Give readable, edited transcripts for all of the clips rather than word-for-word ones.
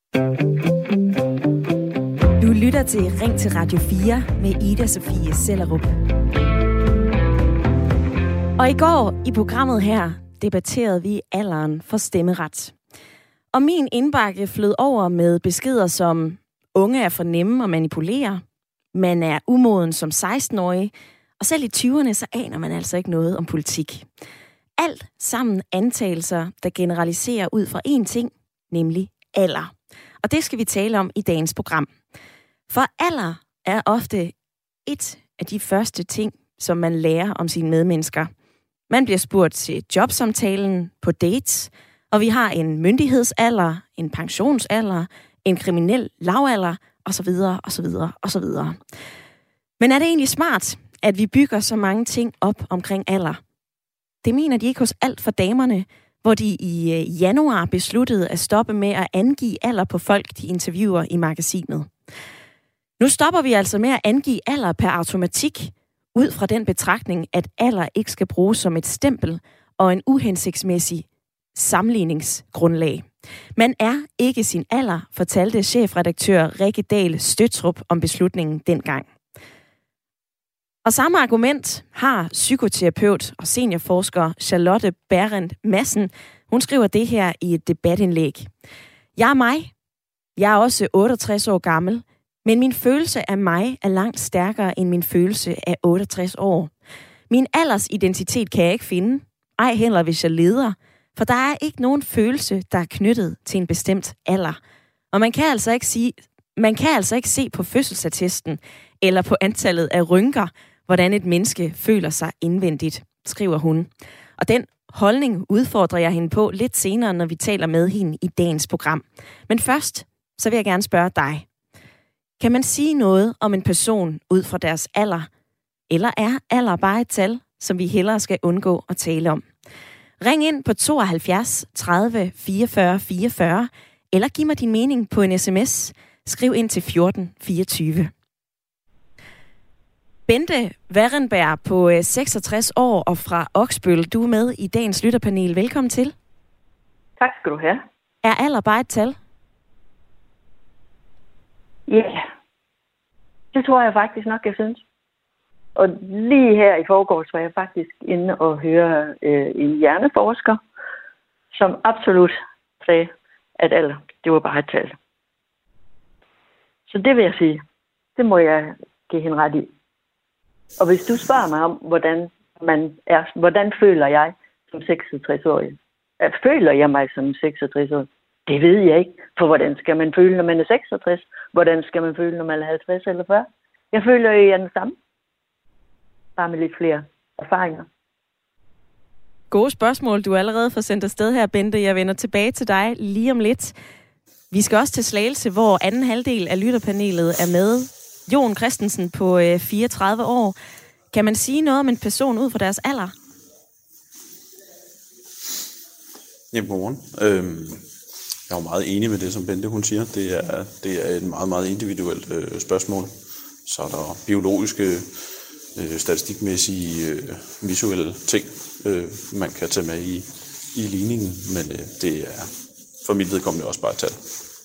Du lytter til Ring til Radio 4 med Ida Sofie Sellerup. Og i går i programmet her debatterede vi alderen for stemmeret. Og min indbakke flød over med beskeder som: unge er for nemme at manipulere, man er umoden som 16-årig, og selv i 20'erne så aner man altså ikke noget om politik. Alt sammen antagelser, der generaliserer ud fra én ting, nemlig alder. Og det skal vi tale om i dagens program. For alder er ofte et af de første ting, som man lærer om sine medmennesker. Man bliver spurgt til jobsamtalen, på dates, og vi har en myndighedsalder, en pensionsalder, en kriminel lavalder, osv., osv., osv. Men er det egentlig smart, at vi bygger så mange ting op omkring alder? Det mener de ikke hos Alt for damerne, hvor de i januar besluttede at stoppe med at angive alder på folk, de interviewer i magasinet. Nu stopper vi altså med at angive alder per automatik, ud fra den betragtning, at alder ikke skal bruges som et stempel og en uhensigtsmæssig sammenligningsgrundlag. Man er ikke sin alder, fortalte chefredaktør Rikke Dahl Støtrup om beslutningen dengang. Og samme argument har psykoterapeut og seniorforsker Charlotte Berendt Madsen. Hun skriver det her i et debatindlæg. Jeg er mig. Jeg er også 68 år gammel, men min følelse af mig er langt stærkere end min følelse af 68 år. Min aldersidentitet kan jeg ikke finde. Ej heller hvis jeg leder, for der er ikke nogen følelse, der er knyttet til en bestemt alder. Og man kan altså ikke se på fødselsattesten eller på antallet af rynker, hvordan et menneske føler sig indvendigt, skriver hun. Og den holdning udfordrer jeg hende på lidt senere, når vi taler med hende i dagens program. Men først, så vil jeg gerne spørge dig. Kan man sige noget om en person ud fra deres alder? Eller er alder bare et tal, som vi hellere skal undgå at tale om? Ring ind på 72 30 44 44, eller giv mig din mening på en sms. Skriv ind til 14 24. Bente Werenberg på 66 år og fra Oksbøl. Du er med i dagens lytterpanel. Velkommen til. Tak skal du have. Er alder bare et tal? Ja, det tror jeg faktisk nok, jeg synes. Og lige her i forgårs var jeg faktisk inde og høre en hjerneforsker, som absolut sagde, at alder, det var bare et tal. Så det vil jeg sige, det må jeg give hende ret i. Og hvis du spørger mig om, hvordan føler jeg som 66-årig? Føler jeg mig som 66-årig? Det ved jeg ikke. For hvordan skal man føle, når man er 66? Hvordan skal man føle, når man er 50 eller 40? Jeg føler jo, jeg er den samme. Bare med lidt flere erfaringer. Gode spørgsmål. Du har allerede fået sendt afsted her, Bente. Jeg vender tilbage til dig lige om lidt. Vi skal også til Slagelse, hvor anden halvdel af lytterpanelet er med. Jon Christensen på 34 år. Kan man sige noget om en person ud fra deres alder? Ja, godmorgen. Jeg er jo meget enig med det, som Bente hun siger. Det er et meget, meget individuelt spørgsmål. Så er der biologiske, statistikmæssige, visuelle ting, man kan tage med i ligningen. Men det er for mit vedkommende også bare et tal.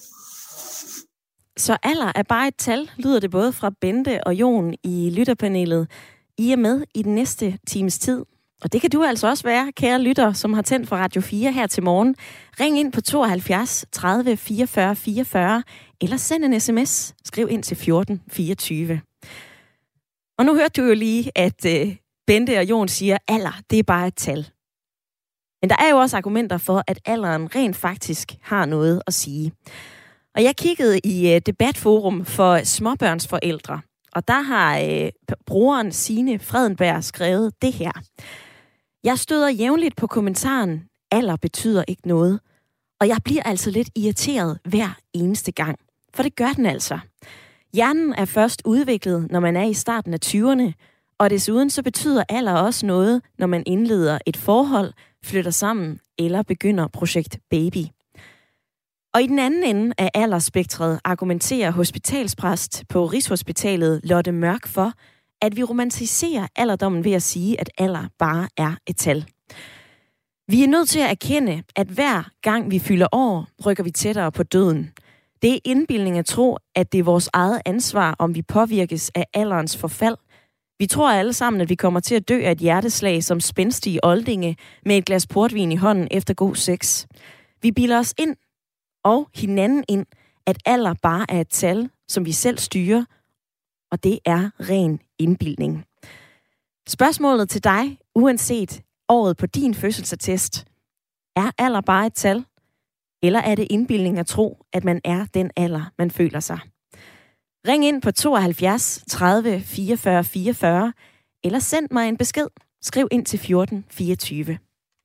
Så alder er bare et tal, lyder det både fra Bente og Jon i lytterpanelet. I er med i den næste times tid. Og det kan du altså også være, kære lytter, som har tændt for Radio 4 her til morgen. Ring ind på 72 30 44 44, eller send en sms. Skriv ind til 14 24. Og nu hørte du jo lige, at Bente og Jon siger, at alder, det er bare et tal. Men der er jo også argumenter for, at alderen rent faktisk har noget at sige. Og jeg kiggede i debatforum for småbørnsforældre, og der har brugeren Signe Fredenberg skrevet det her. Jeg støder jævnligt på kommentaren, alder betyder ikke noget. Og jeg bliver altså lidt irriteret hver eneste gang. For det gør den altså. Hjernen er først udviklet, når man er i starten af 20'erne. Og desuden så betyder alder også noget, når man indleder et forhold, flytter sammen eller begynder projekt baby. Og i den anden ende af aldersspektret argumenterer hospitalspræst på Rigshospitalet Lotte Mørk for, at vi romantiserer alderdommen ved at sige, at alder bare er et tal. Vi er nødt til at erkende, at hver gang vi fylder år, rykker vi tættere på døden. Det er indbildning at tro, at det er vores eget ansvar, om vi påvirkes af alderens forfald. Vi tror alle sammen, at vi kommer til at dø af et hjerteslag som spændstige oldinge med et glas portvin i hånden efter god sex. Vi bilder os ind og hinanden ind, at alder bare er et tal, som vi selv styrer, og det er ren indbildning. Spørgsmålet til dig, uanset året på din fødselsattest, er alder bare et tal, eller er det indbildning at tro, at man er den alder, man føler sig? Ring ind på 72 30 44 44, eller send mig en besked. Skriv ind til 14 24.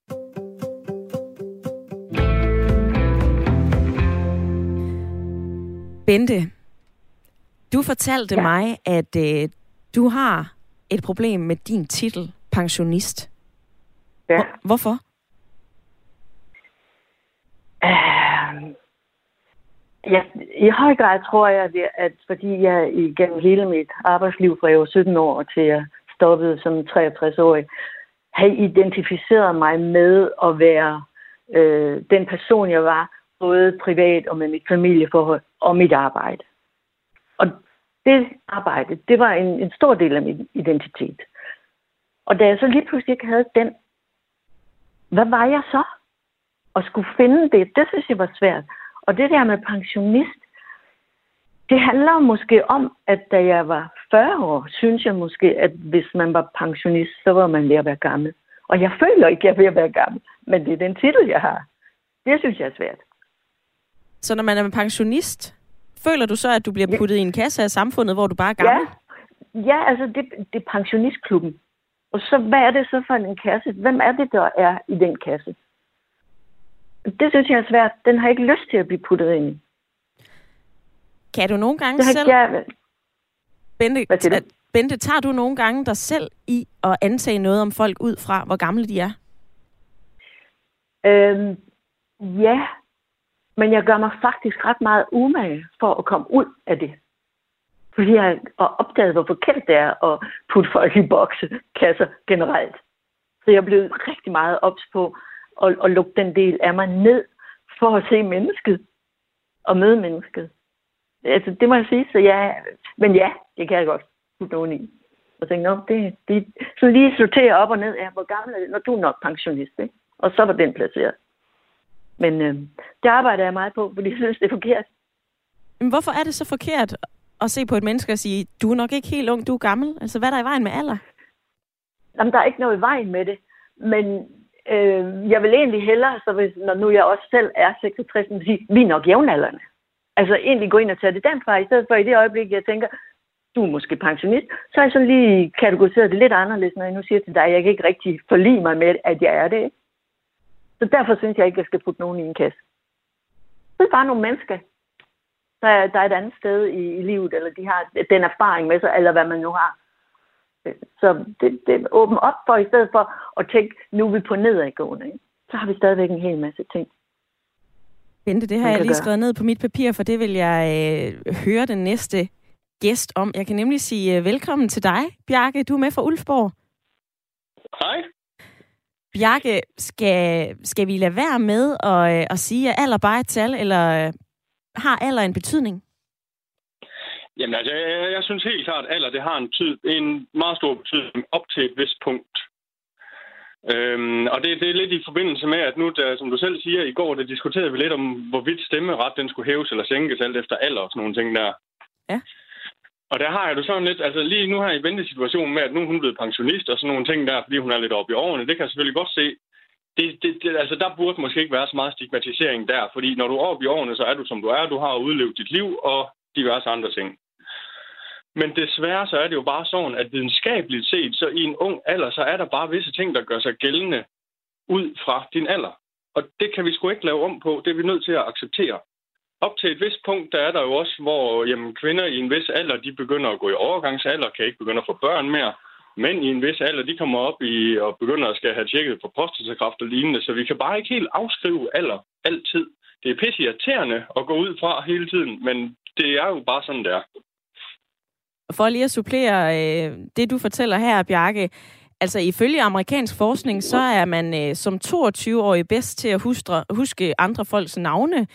Bente, du fortalte mig, at du har et problem med din titel, pensionist. Ja. Hvorfor? I høj grad tror jeg, at fordi jeg igennem hele mit arbejdsliv fra jeg var 17 år til jeg stoppede som 63-årig, har identificeret mig med at være den person, jeg var, både privat og med mit familieforhold og mit arbejde. Og det arbejde, det var en stor del af min identitet. Og da jeg så lige pludselig ikke havde den, hvad var jeg så? Og skulle finde det synes jeg var svært. Og det der med pensionist, det handler måske om, at da jeg var 40 år, synes jeg måske, at hvis man var pensionist, så var man ved at være gammel. Og jeg føler ikke, at jeg er ved at være gammel, men det er den titel, jeg har. Det synes jeg er svært. Så når man er pensionist, føler du så, at du bliver puttet i en kasse af samfundet, hvor du bare er gammel? Ja, altså det er pensionistklubben. Og så hvad er det så for en kasse? Hvem er det, der er i den kasse? Det synes jeg er svært. Den har ikke lyst til at blive puttet ind i. Kan du nogle gange selv... Bente, tager du nogle gange dig selv i at antage noget om folk ud fra, hvor gamle de er? Ja, men jeg gør mig faktisk ret meget umage for at komme ud af det. Fordi jeg har opdaget, hvor forkert det er at putte folk i boksekasser generelt. Så jeg er blevet rigtig meget ops på at lukke den del af mig ned for at se mennesket og møde mennesket. Altså, det må jeg sige. Så ja, men ja, det kan jeg godt putte nogen i. Og tænke, så lige sortere op og ned af, hvor gammel er det, når du er nok pensionist, ikke? Og så var den placeret. Men det arbejder jeg meget på, fordi jeg synes, det er forkert. Men hvorfor er det så forkert at se på et menneske og sige, du er nok ikke helt ung, du er gammel? Altså, hvad er der i vejen med alder? Jamen, der er ikke noget i vejen med det. Men jeg vil egentlig hellere, så hvis, når nu jeg også selv er 66, sige, vi er nok jævnaldrende. Altså egentlig gå ind og tage det derfra, i stedet for i det øjeblik, jeg tænker, du er måske pensionist, så har jeg så lige kategoriseret det lidt anderledes, når jeg nu siger til dig, at jeg kan ikke rigtig forlige mig med, at jeg er det. Så derfor synes jeg ikke, at jeg skal putte nogen i en kasse. Det er bare nogle mennesker, der er et andet sted i livet, eller de har den erfaring med sig, eller hvad man nu har. Så det åbner op for, i stedet for at tænke, nu er vi på nedadgående. Ikke? Så har vi stadigvæk en hel masse ting. Bente, det har jeg lige skrevet ned på mit papir, for det vil jeg høre den næste gæst om. Jeg kan nemlig sige velkommen til dig, Bjarke. Du er med fra Ulfborg. Hej. Bjarke, skal vi lade være med at sige, at alder bare er et tal, eller har alder en betydning? Jamen altså, jeg synes helt klart, at alder det har en meget stor betydning op til et vist punkt. Og det er lidt i forbindelse med, at nu, som du selv siger, i går, der diskuterede vi lidt om, hvorvidt stemmeret den skulle hæves eller sænkes alt efter alder og sådan nogle ting der. Ja. Og der har jeg jo sådan lidt, altså lige nu har jeg ventet situationen med, at nu er hun blevet pensionist og sådan nogle ting der, fordi hun er lidt oppe i årene. Det kan jeg selvfølgelig godt se. Altså der burde måske ikke være så meget stigmatisering der, fordi når du er oppe i årene, så er du som du er. Du har udlevet dit liv og diverse andre ting. Men desværre så er det jo bare sådan, at videnskabeligt set, så i en ung alder, så er der bare visse ting, der gør sig gældende ud fra din alder. Og det kan vi sgu ikke lave om på. Det er vi nødt til at acceptere. Op til et vist punkt, der er der jo også, hvor kvinder i en vis alder, de begynder at gå i overgangsalder, kan ikke begynde at få børn mere. Mænd i en vis alder, de kommer op i og begynder at skal have tjekket for prostatakræft og lignende. Så vi kan bare ikke helt afskrive alder altid. Det er pisse irriterende at gå ud fra hele tiden, men det er jo bare sådan, det er. For lige at supplere det, du fortæller her, Bjarke, altså ifølge amerikansk forskning, så er man som 22-årig bedst til at huske andre folks navne,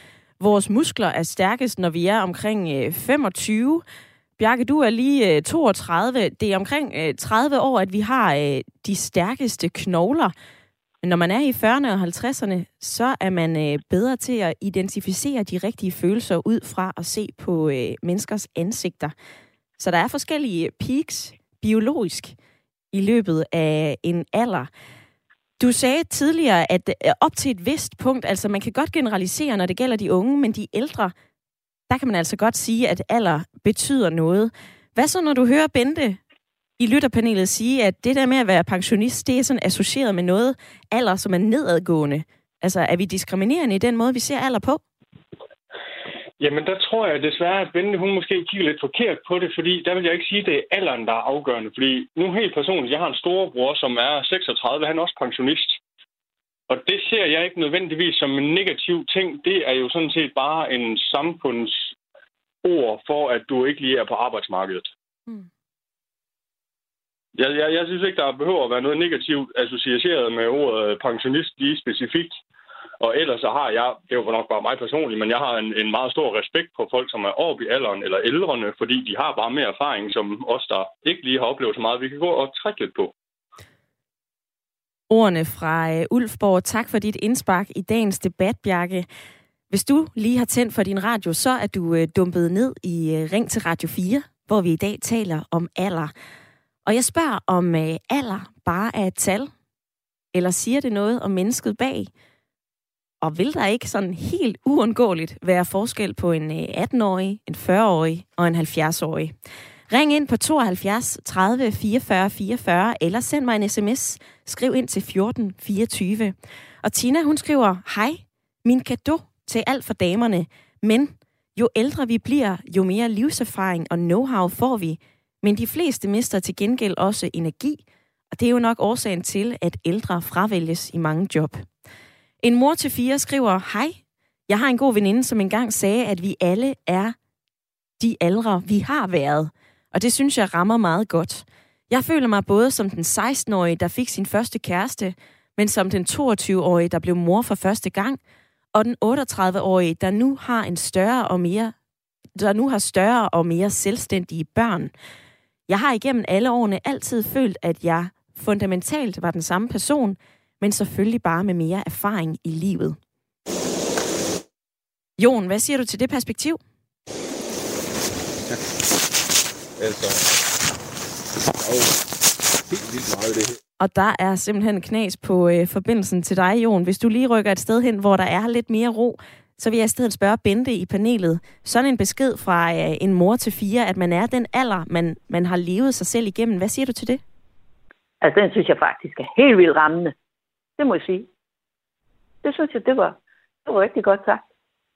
vores muskler er stærkest, når vi er omkring 25. Bjarke, du er lige 32. Det er omkring 30 år, at vi har de stærkeste knogler. Men når man er i 40'erne og 50'erne, så er man bedre til at identificere de rigtige følelser ud fra at se på menneskers ansigter. Så der er forskellige peaks biologisk i løbet af en alder. Du sagde tidligere, at op til et vist punkt, altså man kan godt generalisere, når det gælder de unge, men de ældre, der kan man altså godt sige, at alder betyder noget. Hvad så, når du hører Bente i lytterpanelet sige, at det der med at være pensionist, det er sådan associeret med noget alder, som er nedadgående? Altså, er vi diskriminerende i den måde, vi ser alder på? Jamen, der tror jeg desværre, at Bente, hun måske kigger lidt forkert på det, fordi der vil jeg ikke sige, at det er alderen, der er afgørende. Fordi nu helt personligt, jeg har en storebror, som er 36, han er også pensionist. Og det ser jeg ikke nødvendigvis som en negativ ting. Det er jo sådan set bare en samfundsord for, at du ikke lige er på arbejdsmarkedet. Mm. Jeg synes ikke, der behøver at være noget negativt associeret med ordet pensionist lige specifikt. Og ellers så har jeg, det er jo nok bare mig personligt, men jeg har en meget stor respekt på folk, som er oppe i alderen eller ældrene, fordi de har bare mere erfaring, som os, der ikke lige har oplevet så meget, vi kan gå og trække lidt på. Ordene fra Ulfborg. Tak for dit indspark i dagens debat, Bjarke. Hvis du lige har tændt for din radio, så er du dumpet ned i Ring til Radio 4, hvor vi i dag taler om alder. Og jeg spørger, om alder bare er et tal, eller siger det noget om mennesket bag? Og vil der ikke sådan helt uundgåeligt være forskel på en 18-årig, en 40-årig og en 70-årig? Ring ind på 72 30 44 44, eller send mig en sms. Skriv ind til 14 24. Og Tina, hun skriver, hej, min cadeau til alt for damerne. Men jo ældre vi bliver, jo mere livserfaring og know-how får vi. Men de fleste mister til gengæld også energi. Og det er jo nok årsagen til, at ældre fravælges i mange job. En mor til 4 skriver, hej, jeg har en god veninde, som engang sagde, at vi alle er de aldre, vi har været. Og det synes jeg rammer meget godt. Jeg føler mig både som den 16-årige, der fik sin første kæreste, men som den 22-årige, der blev mor for første gang, og den 38-årige, der nu har større og mere selvstændige børn. Jeg har igennem alle årene altid følt, at jeg fundamentalt var den samme person, men selvfølgelig bare med mere erfaring i livet. Jon, hvad siger du til det perspektiv? Helt vildt meget det her. Og der er simpelthen knas på forbindelsen til dig, Jon. Hvis du lige rykker et sted hen, hvor der er lidt mere ro, så vil jeg i stedet spørge Bente i panelet. Sådan en besked fra en mor til 4, at man er den alder, man har levet sig selv igennem. Hvad siger du til det? Altså, den synes jeg faktisk er helt vildt rammende. Det må jeg sige. Det synes jeg, det var rigtig godt sagt.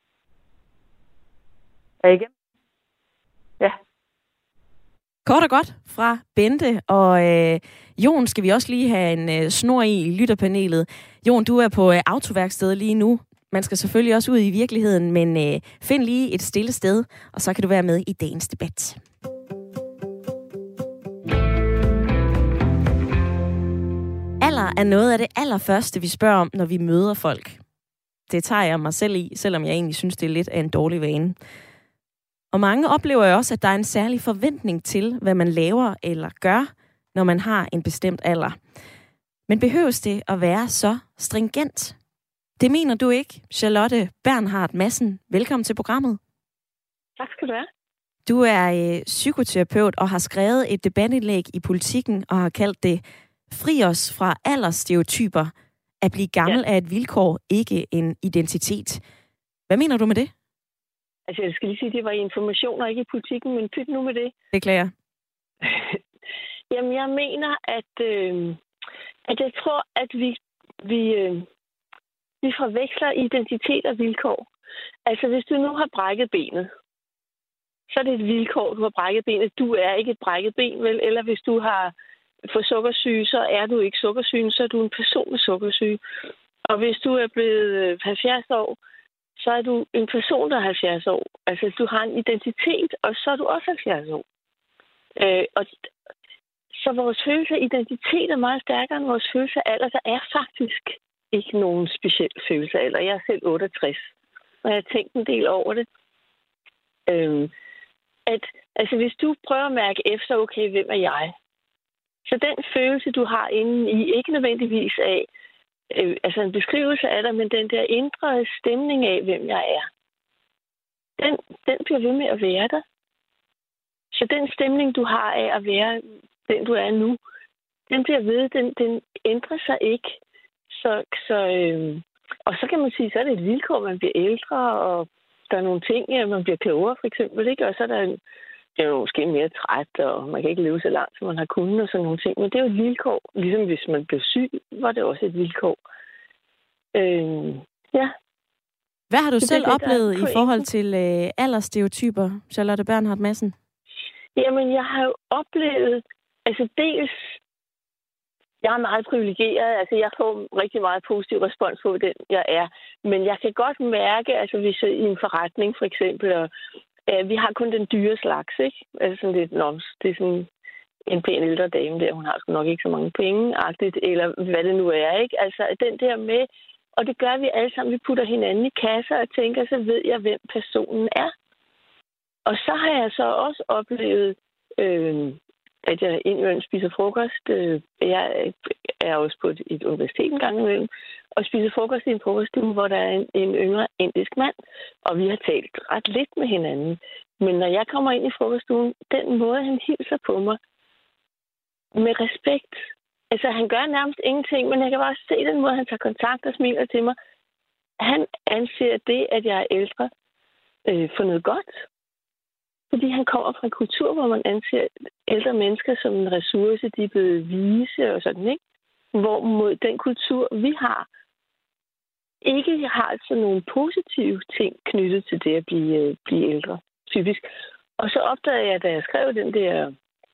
Er I igen? Ja. Kort og godt fra Bente, og Jon skal vi også lige have en snor i lytterpanelet. Jon, du er på autoværkstedet lige nu. Man skal selvfølgelig også ud i virkeligheden, men find lige et stille sted, og så kan du være med i dagens debat. Alder er noget af det allerførste, vi spørger om, når vi møder folk. Det tager jeg mig selv i, selvom jeg egentlig synes, det er lidt af en dårlig vane. Og mange oplever jo også, at der er en særlig forventning til, hvad man laver eller gør, når man har en bestemt alder. Men behøves det at være så stringent? Det mener du ikke, Charlotte Bernhardt Madsen. Velkommen til programmet. Tak skal du have. Du er psykoterapeut og har skrevet et debatindlæg i Politikken og har kaldt det "Fri os fra aldersstereotyper. At blive gammel er et vilkår, ikke en identitet." Hvad mener du med det? Altså, jeg skal lige sige, at det var informationer, ikke i Politikken, men pyt nu med det. Beklager. Jamen, jeg mener, at jeg tror, at vi forveksler identitet og vilkår. Altså, hvis du nu har brækket benet, så er det et vilkår, du har brækket benet. Du er ikke et brækket ben, vel? Eller hvis du har fået sukkersyge, så er du ikke sukkersyge, så er du en person med sukkersyge. Og hvis du er blevet 70 år, så er du en person, der er 70 år. Altså, du har en identitet, og så er du også 70 år. Så vores følelse af identitet er meget stærkere end vores følelse af alder. Der er faktisk ikke nogen speciel følelse af alder. Jeg er selv 68, og jeg har tænkt en del over det. At altså, hvis du prøver at mærke efter, okay, hvem er jeg? Så den følelse, du har inde i, ikke nødvendigvis af, altså en beskrivelse af dig, men den der indre stemning af, hvem jeg er, den bliver ved med at være der. Så den stemning, du har af at være den, du er nu, den bliver ved, den ændrer sig ikke. Og så kan man sige, så er det et vilkår, man bliver ældre, og der er nogle ting, man bliver klogere, for eksempel, ikke? Og så er det er jo måske mere træt, og man kan ikke leve så langt, som man har kunnet, og sådan nogle ting. Men det er jo et vilkår. Ligesom hvis man blev syg, var det også et vilkår. Ja. Hvad har du selv oplevet i forhold til aldersstereotyper, Charlotte Bernhardt Madsen? Jamen, jeg har jo oplevet, altså dels, jeg er meget privilegeret, altså jeg får rigtig meget positiv respons på den, jeg er. Men jeg kan godt mærke, altså hvis i en forretning for eksempel, og vi har kun den dyre slags, ikke? Altså sådan lidt, det er sådan en pæn ældre dame der, hun har sgu nok ikke så mange penge-agtigt, eller hvad det nu er, ikke? Altså den der med, og det gør vi alle sammen, vi putter hinanden i kasser og tænker, så ved jeg, hvem personen er. Og så har jeg så også oplevet, at jeg indimellem spiser frokost. Jeg er også på et universitet en gang imellem, og spiser frokost i en frokoststue, hvor der er en yngre indisk mand, og vi har talt ret lidt med hinanden. Men når jeg kommer ind i frokoststuen, den måde, han hilser på mig, med respekt. Altså, han gør nærmest ingenting, men jeg kan bare se den måde, han tager kontakt og smiler til mig. Han anser det, at jeg er ældre, for noget godt. Fordi han kommer fra en kultur, hvor man anser ældre mennesker som en ressource, de er blevet vise og sådan, ikke? Hvorimod den kultur, vi har, ikke har altså nogle positive ting knyttet til det at blive ældre, typisk. Og så opdagede jeg, da jeg skrev den der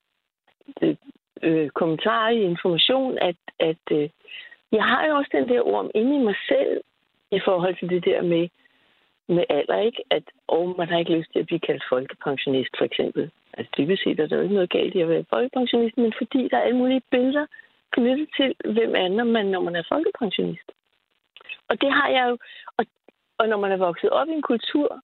kommentar i Information, at jeg har jo også den der ord inde i mig selv i forhold til det der med alder, ikke? Man har ikke lyst til at blive kaldt folkepensionist, for eksempel. Altså dybest set er der jo ikke noget galt i at være folkepensionist, men fordi der er alle mulige billeder knyttet til, hvem er man, når man er folkepensionist. Og det har jeg jo... Og når man er vokset op i en kultur,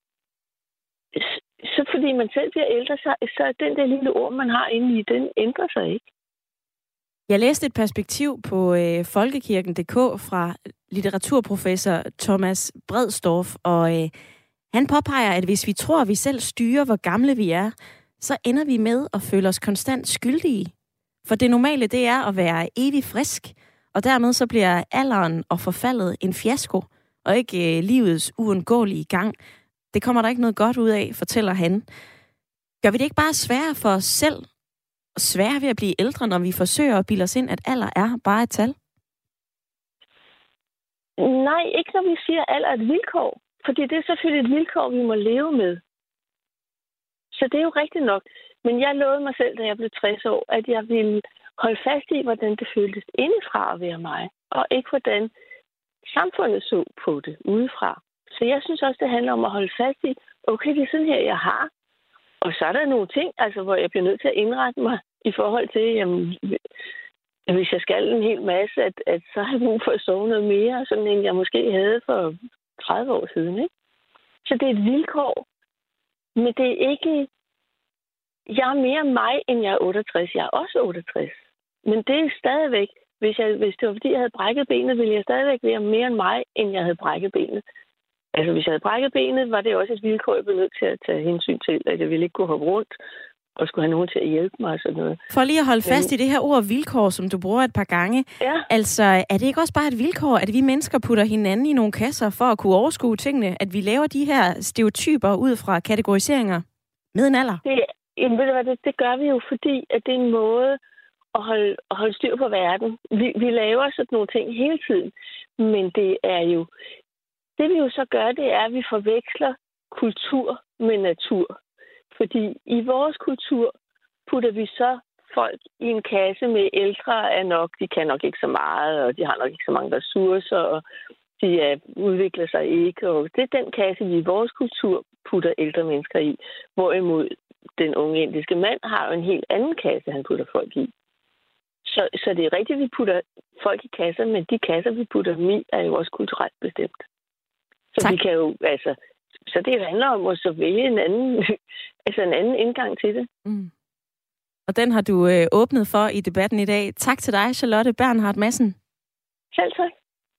så fordi man selv bliver ældre, så er den der lille ord, man har inde i, den ændrer sig ikke. Jeg læste et perspektiv på folkekirken.dk fra litteraturprofessor Thomas Bredsdorff, og han påpeger, at hvis vi tror, at vi selv styrer, hvor gamle vi er, så ender vi med at føle os konstant skyldige. For det normale, det er at være evig frisk, og dermed så bliver alderen og forfaldet en fiasko, og ikke livets uundgåelige gang. Det kommer der ikke noget godt ud af, fortæller han. Gør vi det ikke bare sværere for os selv, og sværere ved at blive ældre, når vi forsøger at bilde os ind, at alder er bare et tal? Nej, ikke når vi siger, at alder er et vilkår. Fordi det er selvfølgelig et vilkår, vi må leve med. Så det er jo rigtigt nok. Men jeg lovede mig selv, da jeg blev 60 år, at jeg ville holde fast i, hvordan det føltes indefra at være mig. Og ikke hvordan samfundet så på det udefra. Så jeg synes også, det handler om at holde fast i, okay, det er sådan her, jeg har. Og så er der nogle ting, altså, hvor jeg bliver nødt til at indrette mig i forhold til, jamen, hvis jeg skal en hel masse, at så har jeg brug for at sove noget mere, sådan end jeg måske havde for 30 år siden. Ikke? Så det er et vilkår. Men det er ikke... Jeg er mere mig, end jeg er 68. Jeg er også 68. Men det er stadigvæk... Hvis det var, fordi jeg havde brækket benet, ville jeg stadigvæk være mere end mig, end jeg havde brækket benet. Altså, hvis jeg havde brækket benet, var det også et vilkår, jeg blev nødt til at tage hensyn til, at jeg ville ikke kunne hoppe rundt og skulle have nogen til at hjælpe mig og sådan noget. For lige at holde fast i det her ord vilkår, som du bruger et par gange. Ja. Altså, er det ikke også bare et vilkår, at vi mennesker putter hinanden i nogle kasser for at kunne overskue tingene? At vi laver de her stereotyper ud fra kategoriseringer med en alder? Det gør vi jo, fordi at det er en måde at holde styr på verden. Vi laver sådan nogle ting hele tiden. Men det er jo... Det vi jo så gør, det er, at vi forveksler kultur med natur. Fordi i vores kultur putter vi så folk i en kasse med ældre er nok, de kan nok ikke så meget, og de har nok ikke så mange ressourcer, og de udvikler sig ikke. Og det er den kasse, vi i vores kultur putter ældre mennesker i. Hvorimod den unge indiske mand har jo en helt anden kasse, han putter folk i. Så det er rigtigt, at vi putter folk i kasser, men de kasser, vi putter dem i, er jo også kulturelt bestemt. Så tak. vi kan jo, altså, så det handler om at så vælge en anden indgang til det. Mm. Og den har du åbnet for i debatten i dag. Tak til dig, Charlotte Bernhardt Madsen. Selv tak.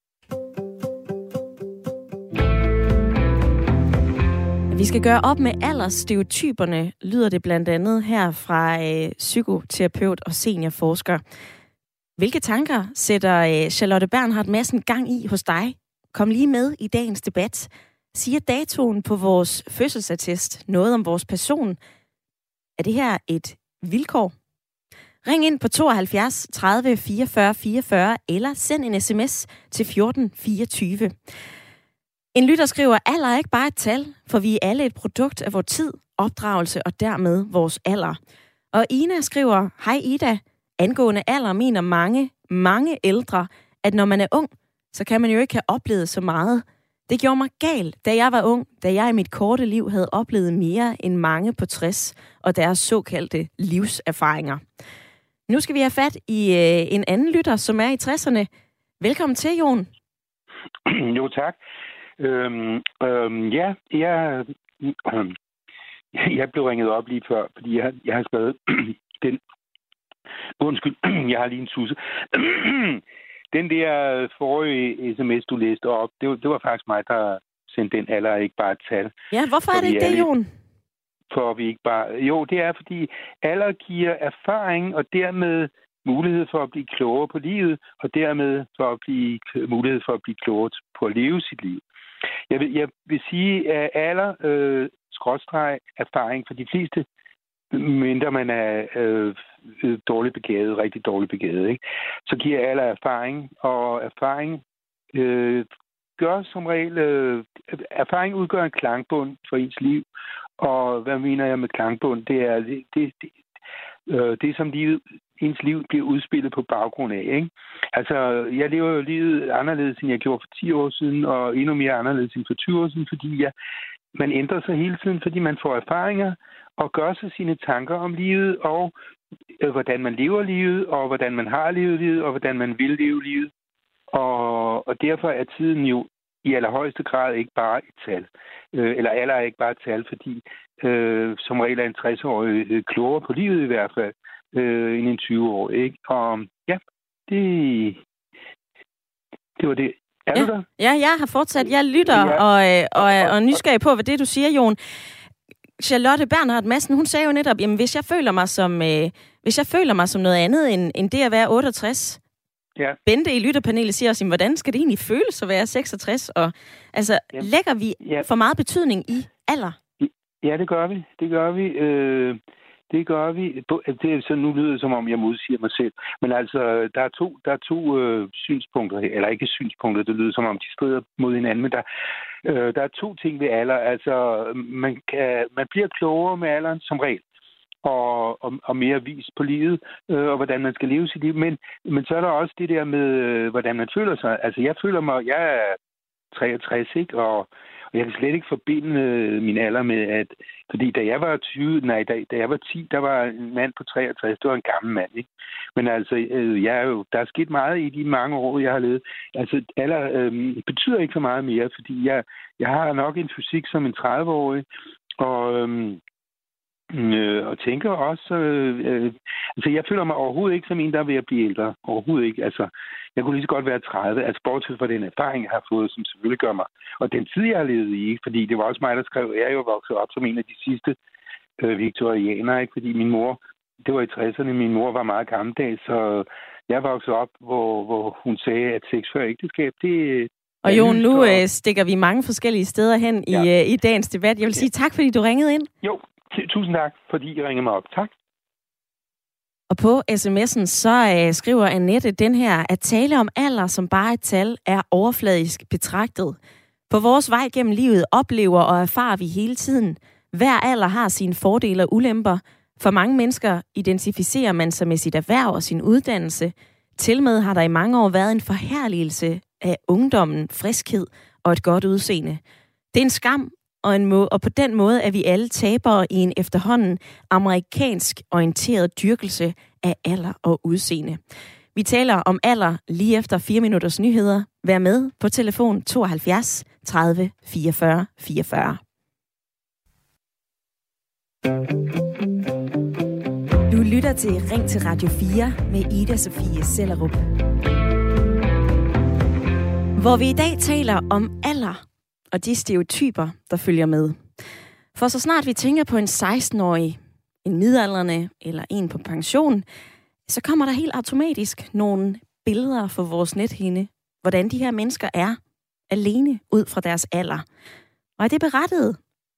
Vi skal gøre op med aldersstereotyperne, lyder det blandt andet her fra psykoterapeut og seniorforsker. Hvilke tanker sætter Charlotte Bernhardt Madsen gang i hos dig? Kom lige med i dagens debat. Siger datoen på vores fødselsattest noget om vores person? Er det her et vilkår? Ring ind på 72 30 44 44 eller send en sms til 14 24. En lytter skriver, alder er ikke bare et tal, for vi er alle et produkt af vores tid, opdragelse og dermed vores alder. Og Ina skriver, hej Ida, angående alder mener mange ældre, at når man er ung, så kan man jo ikke have oplevet så meget. Det gjorde mig galt, da jeg var ung, da jeg i mit korte liv havde oplevet mere end mange på 60 og deres såkaldte livserfaringer. Nu skal vi have fat i en anden lytter, som er i 60'erne. Velkommen til, Jon. Jo, tak. Jeg blev ringet op lige før, fordi jeg har skrevet den... Undskyld, jeg har lige en tusse. Den der forrige sms, du læste op, det var faktisk mig, der sendte den alder, ikke bare et tal. Ja, hvorfor er det ikke det, Jon? For vi ikke bare... Jo, det er, fordi alder giver erfaring, og dermed mulighed for at blive klogere på livet, og dermed mulighed for at blive klogere på at leve sit liv. Jeg vil sige, at alder, erfaring for de fleste, mindre man er dårligt begavet, rigtig dårligt begavet, ikke? Så giver alder erfaring, og erfaring gør som regel... erfaring udgør en klangbund for ens liv, og hvad mener jeg med klangbund? Det er det som ens liv bliver udspillet på baggrund af, ikke? Altså, jeg lever jo livet anderledes, end jeg gjorde for 10 år siden, og endnu mere anderledes end for 20 år siden, fordi man ændrer sig hele tiden, fordi man får erfaringer og gør sig sine tanker om livet, og hvordan man lever livet, og hvordan man har levet livet, og hvordan man vil leve livet. Og derfor er tiden jo i allerhøjeste grad ikke bare et tal. Eller alder er ikke bare et tal, fordi som regel er en 60-årig klogere på livet i hvert fald, end en 20-årig, ikke? Og ja, det var det. Er du der? Ja, jeg har fortsat. Jeg lytter og er nysgerrig på, hvad det du siger, Jon. Charlotte Bernhardt Madsen, hun sagde jo netop, jamen hvis jeg føler mig som noget andet end det at være 68. Ja. Bente i lytterpanelet siger også, hvordan skal det egentlig føles at være 66? Og altså, lægger vi for meget betydning i alder? Ja, det gør vi. Det gør vi. Det, så nu lyder det, som om jeg modsiger mig selv. Men altså, der er to synspunkter, eller ikke synspunkter, det lyder som om de strider mod hinanden, men der er to ting ved alder. Altså, man bliver klogere med alderen som regel, og mere vis på livet, og hvordan man skal leve sit liv. Men så er der også det der med, hvordan man føler sig. Altså, jeg er 63, ikke? Og jeg kan slet ikke forbinde min alder med, at... Fordi da jeg var 10, der var en mand på 63, det var en gammel mand, ikke? Men altså, der er sket meget i de mange år, jeg har levet. Altså, alder betyder ikke så meget mere, fordi jeg har nok en fysik som en 30-årig, og tænker også... altså, jeg føler mig overhovedet ikke som en, der er ved at blive ældre. Overhovedet ikke. Altså, jeg kunne lige så godt være 30. Altså, bortset fra den erfaring, jeg har fået, som selvfølgelig gør mig. Og den tid, jeg har levet i, fordi det var også mig, der skrev, jeg er jo vokset op som en af de sidste viktorianere, ikke? Fordi min mor, det var i 60'erne, min mor var meget gammeldags, så jeg voksede op, hvor hun sagde, at sex før ægteskab, det... Og Jon, nu stikker vi mange forskellige steder hen i dagens debat. Jeg vil sige tak, fordi du ringede ind. Jo. Tusind tak, fordi I ringede mig op. Tak. Og på sms'en så skriver Annette den her, at tale om alder som bare et tal er overfladisk betragtet. På vores vej gennem livet oplever og erfarer vi hele tiden. Hver alder har sine fordele og ulemper. For mange mennesker identificerer man sig med sit erhverv og sin uddannelse. Tilmed har der i mange år været en forherligelse af ungdommen, friskhed og et godt udseende. Det er en skam, og på den måde er vi alle tabere i en efterhånden amerikansk orienteret dyrkelse af alder og udseende. Vi taler om alder lige efter 4 minutters nyheder. Vær med på telefon 72 30 44 44. Du lytter til Ring til Radio 4 med Ida Sofie Sellerup. Hvor vi i dag taler om alder og de stereotyper, der følger med. For så snart vi tænker på en 16-årig, en midaldrende eller en på pension, så kommer der helt automatisk nogle billeder for vores nethinde, hvordan de her mennesker er alene ud fra deres alder. Og er det berettiget?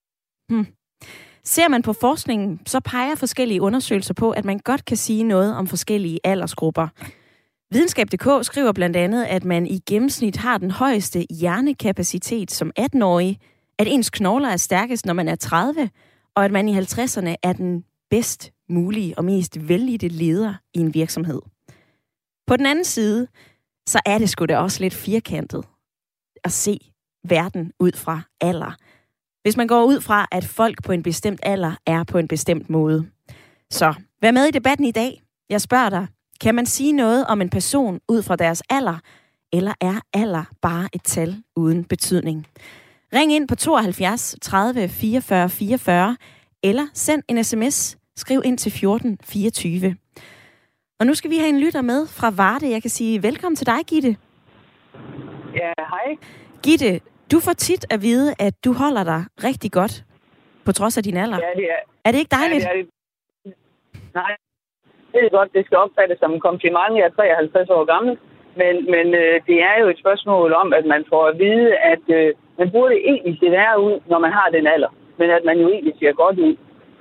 Ser man på forskningen, så peger forskellige undersøgelser på, at man godt kan sige noget om forskellige aldersgrupper. Videnskab.dk skriver blandt andet, at man i gennemsnit har den højeste hjernekapacitet som 18-årig, at ens knogler er stærkest, når man er 30, og at man i 50'erne er den bedst mulige og mest vellidte leder i en virksomhed. På den anden side, så er det sgu da også lidt firkantet at se verden ud fra alder. Hvis man går ud fra, at folk på en bestemt alder er på en bestemt måde. Så vær med i debatten i dag. Jeg spørger dig, kan man sige noget om en person ud fra deres alder, eller er alder bare et tal uden betydning? Ring ind på 72 30 44 44, eller send en sms. Skriv ind til 1424. Og nu skal vi have en lytter med fra Varde. Jeg kan sige velkommen til dig, Gitte. Ja, hej. Gitte, du får tit at vide, at du holder dig rigtig godt, på trods af din alder. Ja, det er. Er det ikke dejligt? Ja, det er det. Nej, det er godt. Det skal opfattes som en kompliment. Jeg er 53 år gammel. Men det er jo et spørgsmål om, at man får at vide, at man burde egentlig se værre ud, når man har den alder. Men at man jo egentlig ser godt ud.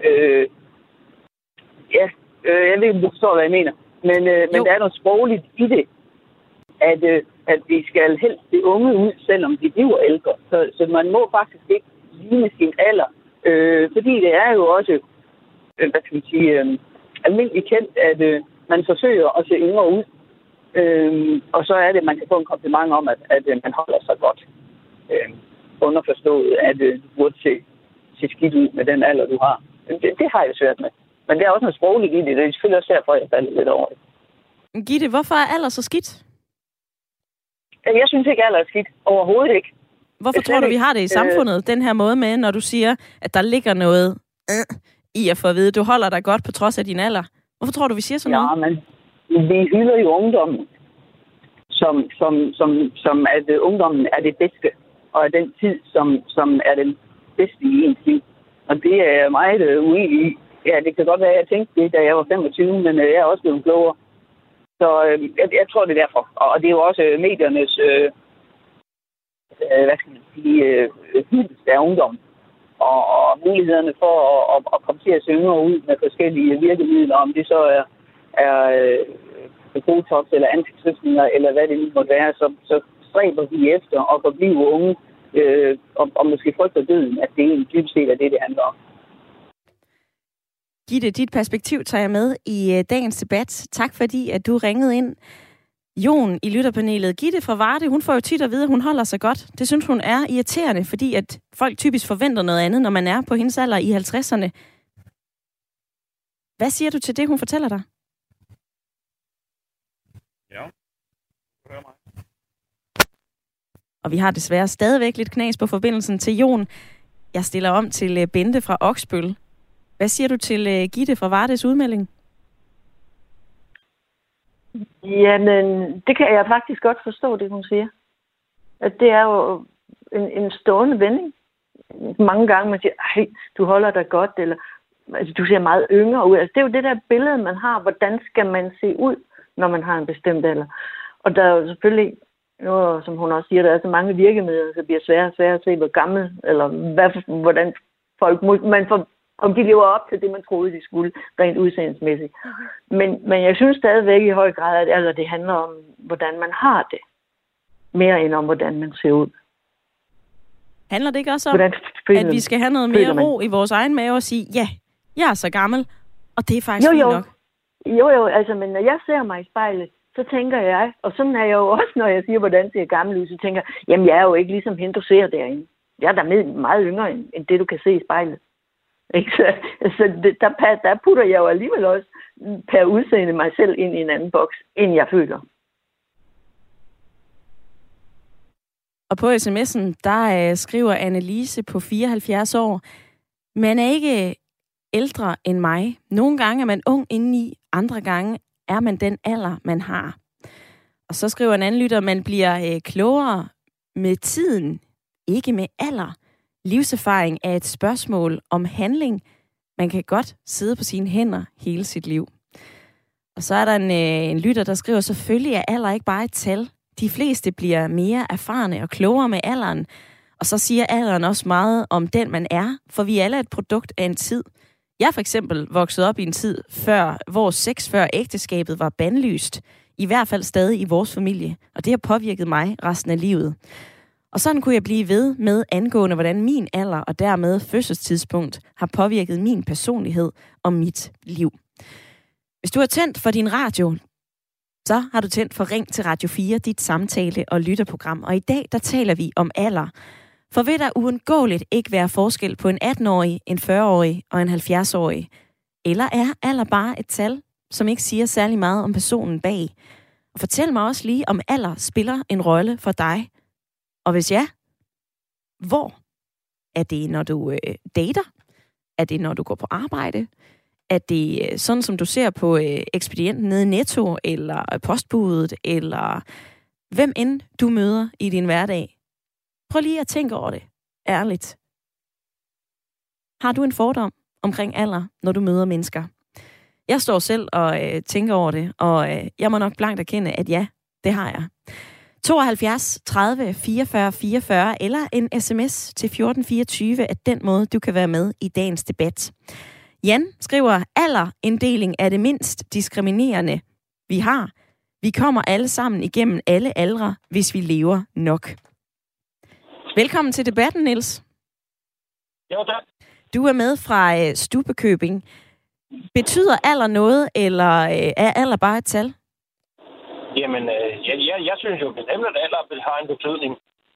Jeg ved ikke, om du forstår, hvad jeg mener. Men der er noget sprogligt i det, at vi skal helst se unge ud, selvom de bliver ældre. Så man må faktisk ikke ligne sin alder. Fordi det er jo også, hvad skal man sige, almindeligt kendt, at man forsøger at se yngre ud. Og så er det, at man kan få en kompliment om, at man holder sig godt. Underforstået, at du burde se skidt ud med den alder, du har. Det har jeg svært med. Men det er også noget sprogligt i det. Det er selvfølgelig også derfor, jeg falder lidt over det. Gitte, hvorfor er alder så skidt? Jeg synes ikke, alder er skidt. Overhovedet ikke. Hvorfor tror du, vi har det i samfundet, den her måde med, når du siger, at der ligger noget i at få at vide, du holder dig godt på trods af din alder? Hvorfor tror du, vi siger sådan noget? Ja, men vi hylder jo ungdommen, som at ungdommen er det bedste, og er den tid, som er den bedste i ens liv. Og det er jeg meget uenig i. Ja, det kan godt være, at jeg tænkte det, da jeg var 25, men jeg er også blevet klogere. Så jeg tror, det er derfor. Og det er jo også mediernes, hvad skal man sige, hyldest af ungdom. Og mulighederne for at komme til at se yngre ud med forskellige virkemidler, om det så er botox eller ansigtsløftninger, eller hvad det nu måtte være, så stræber vi efter at forblive unge, og måske frygter døden, at det er en dybest set af det handler om. Gitte, dit perspektiv tager jeg med i dagens debat. Tak fordi, at du ringede ind. Jon i lytterpanelet. Gitte fra Varde, hun får jo tit at vide, at hun holder sig godt. Det synes hun er irriterende, fordi at folk typisk forventer noget andet, når man er på hendes alder i 50'erne. Hvad siger du til det, hun fortæller dig? Ja, hør mig. Og vi har desværre stadigvæk lidt knas på forbindelsen til Jon. Jeg stiller om til Bente fra Oksbøl. Hvad siger du til Gitte fra Vardes udmelding? Jamen, det kan jeg faktisk godt forstå, det hun siger. At det er jo en stående vending. Mange gange man siger, ej, du holder dig godt, eller altså, du ser meget yngre ud. Altså, det er jo det der billede, man har. Hvordan skal man se ud, når man har en bestemt alder? Og der er jo selvfølgelig, som hun også siger, der er så mange virkemidler, så det bliver sværere og sværere at se, hvor gammel, eller hvordan folk om de lever op til det, man troede, de skulle, rent udseendsmæssigt. Men jeg synes stadigvæk i høj grad, at det handler om, hvordan man har det, mere end om, hvordan man ser ud. Handler det ikke også om, at vi skal have noget mere ro i vores egen mave og sige, ja, jeg er så gammel, og det er faktisk fint nok? Jo, altså, men når jeg ser mig i spejlet, så tænker jeg, og sådan er jeg jo også, når jeg siger, hvordan ser gammel ud, så tænker jeg, jamen jeg er jo ikke ligesom hende, du ser derinde. Jeg er da meget yngre, end det, du kan se i spejlet. Ikke? Så der putter jeg jo alligevel også per udseende mig selv ind i en anden boks, end jeg føler. Og på sms'en, der skriver Annelise på 74 år, man er ikke ældre end mig. Nogle gange er man ung indeni, andre gange er man den alder, man har. Og så skriver en anden lytter, man bliver klogere med tiden, ikke med alder. Livserfaring er et spørgsmål om handling. Man kan godt sidde på sine hænder hele sit liv. Og så er der en lytter, der skriver, selvfølgelig er alder ikke bare et tal. De fleste bliver mere erfarne og klogere med alderen. Og så siger alderen også meget om den, man er, for vi er alle et produkt af en tid. Jeg er for eksempel vokset op i en tid, hvor sex før ægteskabet var bandlyst. I hvert fald stadig i vores familie. Og det har påvirket mig resten af livet. Og sådan kunne jeg blive ved med angående, hvordan min alder og dermed fødselstidspunkt har påvirket min personlighed og mit liv. Hvis du har tændt for din radio, så har du tændt for Ring til Radio 4, dit samtale- og lytterprogram. Og i dag, der taler vi om alder. For vil der uundgåeligt ikke være forskel på en 18-årig, en 40-årig og en 70-årig? Eller er alder bare et tal, som ikke siger særlig meget om personen bag? Og fortæl mig også lige, om alder spiller en rolle for dig. Og hvis ja, hvor? Er det, når du dater? Er det, når du går på arbejde? Er det sådan, som du ser på ekspedienten nede i Netto, eller postbudet, eller hvem end du møder i din hverdag? Prøv lige at tænke over det, ærligt. Har du en fordom omkring alder, når du møder mennesker? Jeg står selv og tænker over det, og jeg må nok blankt erkende, at ja, det har jeg. 72 30 44 44 eller en sms til 1424 er den måde, du kan være med i dagens debat. Jan skriver, alderinddeling er det mindst diskriminerende, vi har. Vi kommer alle sammen igennem alle aldre, hvis vi lever nok. Velkommen til debatten, Niels. Jo, tak. Du er med fra Stubbekøbing. Betyder alder noget, eller er alder bare et tal? Jamen, jeg synes jo bestemt, at alder har en betydning.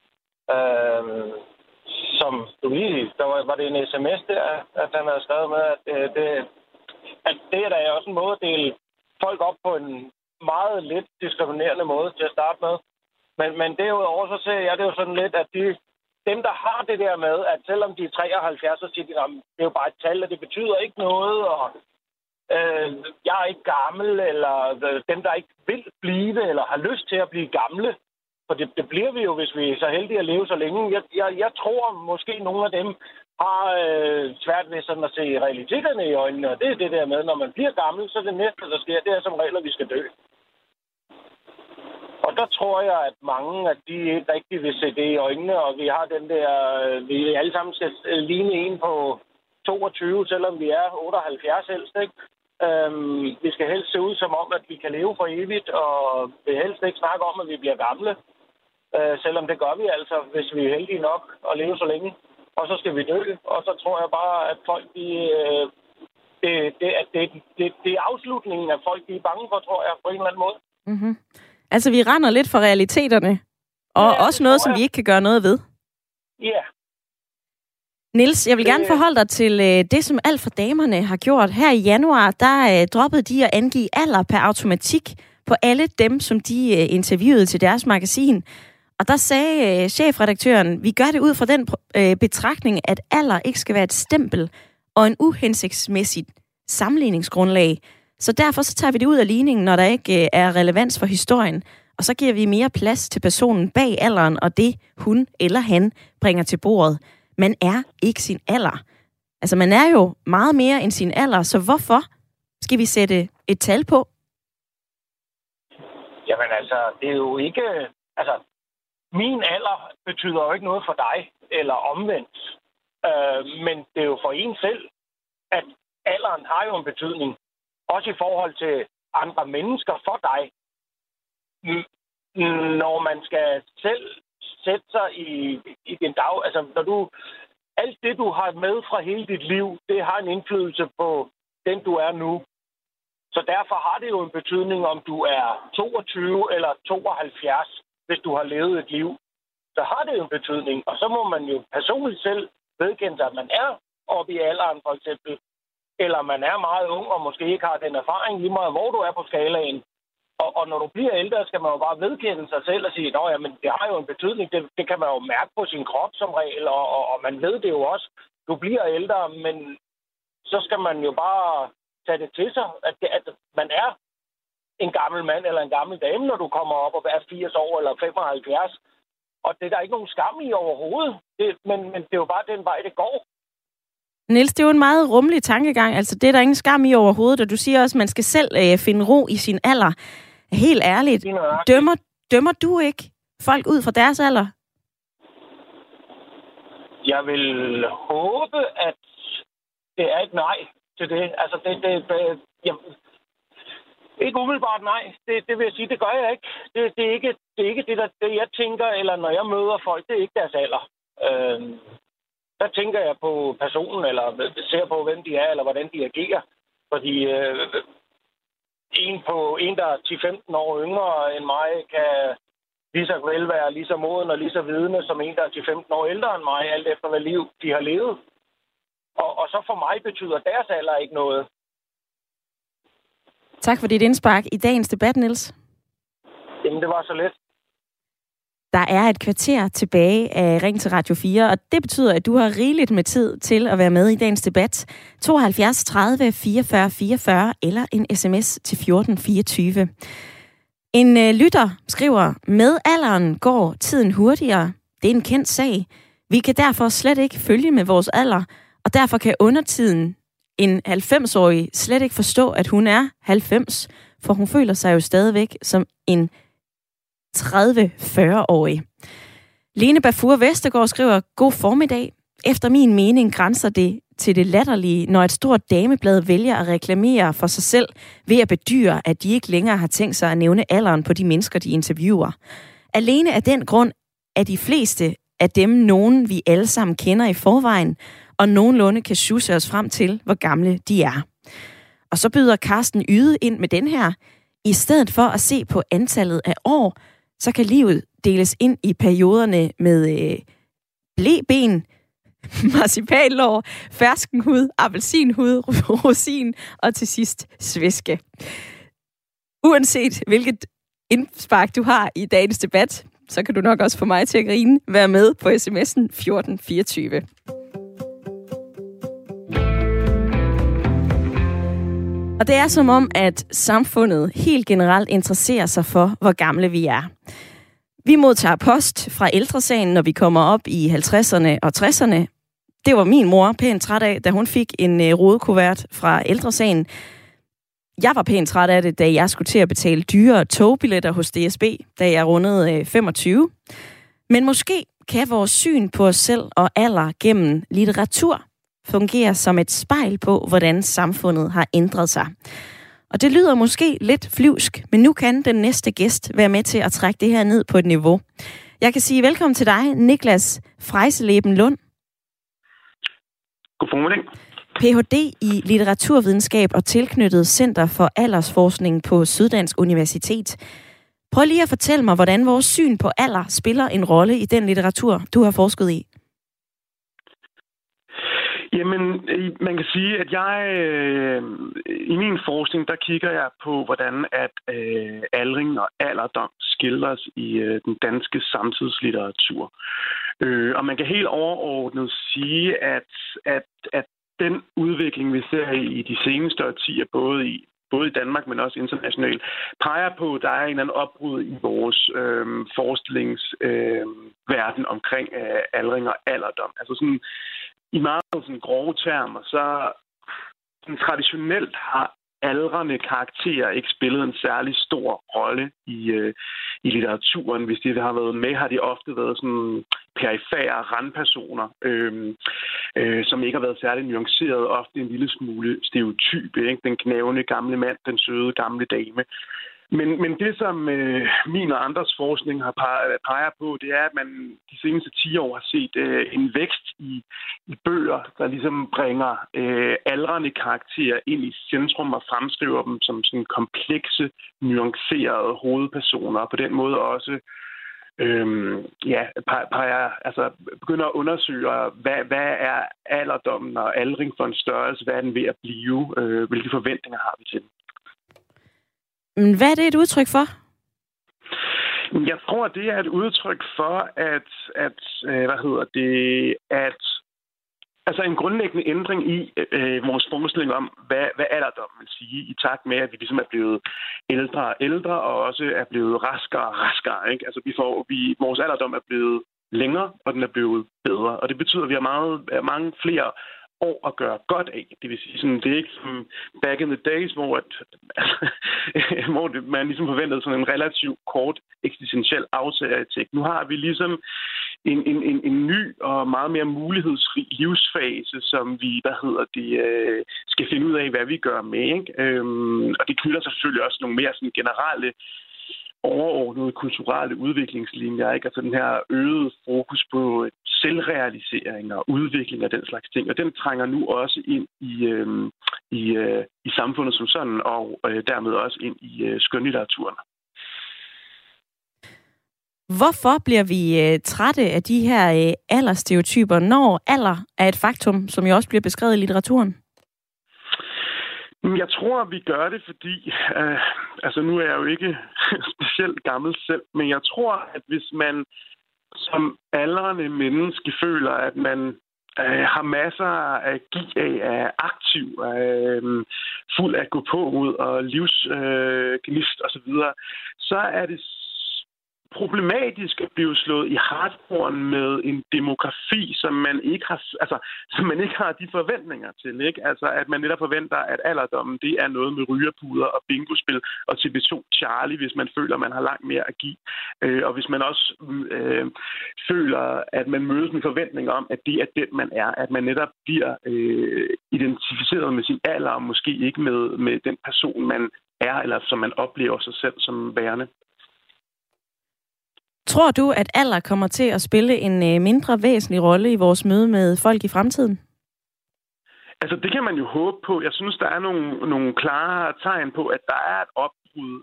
Som du lige, var det en sms der, at han havde skrevet med, at det er da også en måde at dele folk op på en meget lidt diskriminerende måde til at starte med. Men derudover så ser jeg det jo sådan lidt, at dem, der har det der med, at selvom de er 73, så siger de, at det er jo bare et tal, og det betyder ikke noget, og jeg er ikke gammel, eller dem, der ikke vil blive, eller har lyst til at blive gamle. For det bliver vi jo, hvis vi er så heldige at leve så længe. Jeg tror måske nogle af dem har svært ved sådan at se realiteterne i øjnene, og det er det der med, når man bliver gammel, så det næste, der sker, det er som regel, at vi skal dø. Og der tror jeg, at mange af de ikke rigtig vil se det i øjnene, og vi har den der, vi alle sammen skal ligne en på 22, selvom vi er 78 helst, ikke? Vi skal helst se ud som om, at vi kan leve for evigt, og vi helst ikke snakke om, at vi bliver gamle. Selvom det gør vi altså, hvis vi er heldige nok at leve så længe. Og så skal vi dø. Og så tror jeg bare, at folk, det er afslutningen af folk, de er bange for, tror jeg, på en eller anden måde. Mm-hmm. Altså, vi render lidt for realiteterne, og ja, også noget, som vi ikke kan gøre noget ved. Ja. Niels, jeg vil gerne forholde dig til det, som Alt for damerne har gjort. Her i januar, der droppede de at angive alder per automatik på alle dem, som de interviewede til deres magasin. Og der sagde chefredaktøren, vi gør det ud fra den betragtning, at alder ikke skal være et stempel og en uhensigtsmæssigt sammenligningsgrundlag. Så derfor så tager vi det ud af ligningen, når der ikke er relevans for historien. Og så giver vi mere plads til personen bag alderen og det, hun eller han bringer til bordet. Man er ikke sin alder. Altså, man er jo meget mere end sin alder, så hvorfor skal vi sætte et tal på? Jamen altså, det er jo ikke... Altså, min alder betyder jo ikke noget for dig, eller omvendt. Men det er jo for en selv, at alderen har jo en betydning. Også i forhold til andre mennesker for dig. Når man skal selv sætte sig i din dag... Altså, når du... Alt det, du har med fra hele dit liv, det har en indflydelse på den, du er nu. Så derfor har det jo en betydning, om du er 22 eller 72, hvis du har levet et liv. Så har det jo en betydning. Og så må man jo personligt selv vedkende sig, at man er oppe i alderen, for eksempel. Eller man er meget ung og måske ikke har den erfaring, lige meget hvor du er på skalaen. Og når du bliver ældre, skal man jo bare vedkende sig selv og sige, at det har jo en betydning. Det kan man jo mærke på sin krop som regel, og man ved det jo også. Du bliver ældre, men så skal man jo bare tage det til sig, at man er en gammel mand eller en gammel dame, når du kommer op og er 80 år eller 75. Og det er der ikke nogen skam i overhovedet. Men det er jo bare den vej, det går. Niels, det er jo en meget rummelig tankegang. Altså, det er der ingen skam i overhovedet, og du siger også, at man skal selv finde ro i sin alder. Helt ærligt, dømmer du ikke folk ud fra deres alder? Jeg vil håbe, at det er et nej til det. Altså, ikke umiddelbart nej. Det vil jeg sige, det gør jeg ikke. Det er ikke det, jeg tænker, eller når jeg møder folk, det er ikke deres alder. Der tænker jeg på personen, eller ser på, hvem de er, eller hvordan de agerer. Fordi en, der er 10-15 år yngre end mig, kan lige så vel være lige så moden og lige så vidende, som en, der er 10-15 år ældre end mig, alt efter hvad liv de har levet. Og så for mig betyder deres alder ikke noget. Tak for dit indspark i dagens debat, Niels. Jamen, det var så let. Der er et kvarter tilbage af Ring til Radio 4, og det betyder, at du har rigeligt med tid til at være med i dagens debat. 72 30 44 44 eller en sms til 1424. En lytter skriver, med alderen går tiden hurtigere. Det er en kendt sag. Vi kan derfor slet ikke følge med vores alder, og derfor kan undertiden en 90-årig slet ikke forstå, at hun er 90, for hun føler sig jo stadigvæk som en 30-40-årig. Lene Bafur Vestergaard skriver, god formiddag. Efter min mening grænser det til det latterlige, når et stort dameblad vælger at reklamere for sig selv ved at bedyre, at de ikke længere har tænkt sig at nævne alderen på de mennesker, de interviewer. Alene af den grund er de fleste af dem nogen, vi alle sammen kender i forvejen, og nogenlunde kan sjusse os frem til, hvor gamle de er. Og så byder Carsten Yde ind med den her. I stedet for at se på antallet af år, så kan livet deles ind i perioderne med blæben, marcipanlår, ferskenhud, appelsinhud, rosin og til sidst svæske. Uanset hvilket indspark du har i dagens debat, så kan du nok også få mig til at grine. Vær med på sms'en 1424. Og det er som om, at samfundet helt generelt interesserer sig for, hvor gamle vi er. Vi modtager post fra Ældresagen, når vi kommer op i 50'erne og 60'erne. Det var min mor pænt træt af, da hun fik en rodekuvert fra Ældresagen. Jeg var pænt træt af det, da jeg skulle til at betale dyre togbilletter hos DSB, da jeg rundede 25. Men måske kan vores syn på os selv og alder gennem litteratur fungere som et spejl på, hvordan samfundet har ændret sig. Og det lyder måske lidt flyvsk, men nu kan den næste gæst være med til at trække det her ned på et niveau. Jeg kan sige velkommen til dig, Niklas Frejseleben Lund. God formiddag. Ph.D. i litteraturvidenskab og tilknyttet Center for Aldersforskning på Syddansk Universitet. Prøv lige at fortælle mig, hvordan vores syn på alder spiller en rolle i den litteratur, du har forsket i. Jamen, man kan sige, at i min forskning, der kigger jeg på, hvordan at aldring og alderdom skildres i den danske samtidslitteratur. Og man kan helt overordnet sige, at den udvikling, vi ser i de seneste årtier, både i Danmark, men også internationalt, peger på, at der er en eller anden opbrud i vores forestillingsverden omkring aldring og alderdom. Altså sådan i meget sådan grove termer, så traditionelt har aldrende karakterer ikke spillet en særlig stor rolle i litteraturen. Hvis de har været med, har de ofte været sådan perifære randpersoner, som ikke har været særlig nuanceret, ofte en lille smule stereotype, ikke? Den knævende gamle mand, den søde gamle dame. Men det, som min og andres forskning har peger på, det er, at man de seneste 10 år har set en vækst i bøger, der ligesom bringer aldrende karakterer ind i centrum og fremskriver dem som sådan komplekse, nuancerede hovedpersoner, og på den måde også begynder at undersøge, hvad er alderdommen og aldring for en størrelse, hvad er den ved at blive, hvilke forventninger har vi til den. Men hvad er det et udtryk for? Jeg tror, det er et udtryk for, at altså en grundlæggende ændring i vores forestilling om, hvad alderdom vil sige, i takt med, at vi ligesom er blevet ældre og ældre, og også er blevet raskere og raskere. Ikke? Altså vores alderdom er blevet længere, og den er blevet bedre. Og det betyder, at vi har mange flere år at gøre godt af. Det vil sige, sådan, det er ikke som back in the days, hvor man ligesom forventede sådan en relativt kort eksistentiel aftagereffekt. Nu har vi ligesom en ny og meget mere mulighedsrig livsfase, som vi, skal finde ud af, hvad vi gør med. Ikke? Og det knytter sig selvfølgelig også nogle mere sådan generelle overordnede kulturelle udviklingslinjer, ikke? Altså den her øgede fokus på selvrealisering og udvikling af den slags ting, og den trænger nu også ind i samfundet som sådan, og dermed også ind i skønlitteraturen. Hvorfor bliver vi trætte af de her alderstereotyper, når alder er et faktum, som jo også bliver beskrevet i litteraturen? Jeg tror, vi gør det, fordi nu er jeg jo ikke specielt gammel selv, men jeg tror, at hvis man som aldrende menneske føler, at man har masser af af aktiv, fuld at gå på mod og livsgnist osv., så er det problematisk at blive slået i hartkorn med en demografi, som man ikke har de forventninger til, ikke? Altså, at man netop forventer, at alderdommen, det er noget med rygerpuder og bingospil og TV2 Charlie, hvis man føler, at man har langt mere at give. Og hvis man også føler, at man mødes med forventninger om, at det er den, man er, at man netop bliver identificeret med sin alder, og måske ikke med den person, man er, eller som man oplever sig selv som værende. Tror du, at alder kommer til at spille en mindre væsentlig rolle i vores møde med folk i fremtiden? Altså, det kan man jo håbe på. Jeg synes, der er nogle klare tegn på, at der er et opbrud.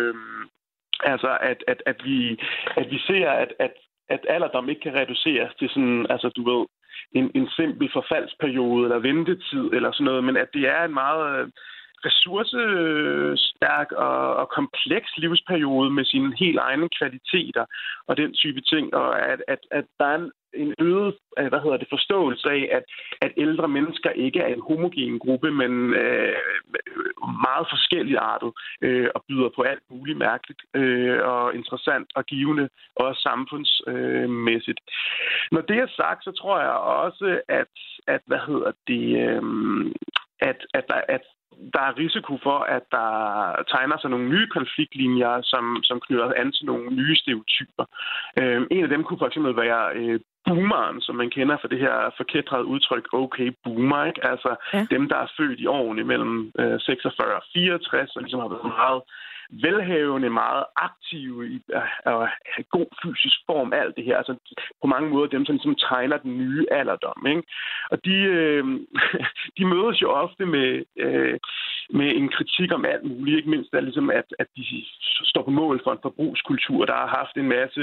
At vi ser, at alderdom ikke kan reduceres til sådan, en simpel forfaldsperiode eller ventetid eller sådan noget, men at det er en meget ressourcestærk og kompleks livsperiode med sine helt egne kvaliteter og den type ting, og at der er en øget forståelse af, at ældre mennesker ikke er en homogen gruppe, men meget forskelligartet og byder på alt muligt mærkeligt og interessant og givende, også samfundsmæssigt. Når det er sagt, så tror jeg også, at der er risiko for, at der tegner sig nogle nye konfliktlinjer, som knytter an til nogle nye stereotyper. En af dem kunne for eksempel være boomeren, som man kender for det her forkætrede udtryk, okay boomer, ikke? Altså dem, der er født i årene mellem 46 og 64, og ligesom har været meget velhavende, meget aktive og god fysisk form, alt det her. Altså på mange måder dem, som ligesom tegner den nye alderdom, ikke? Og de mødes jo ofte med en kritik om alt muligt, ikke mindst der ligesom, at de står på mål for en forbrugskultur, der har haft en masse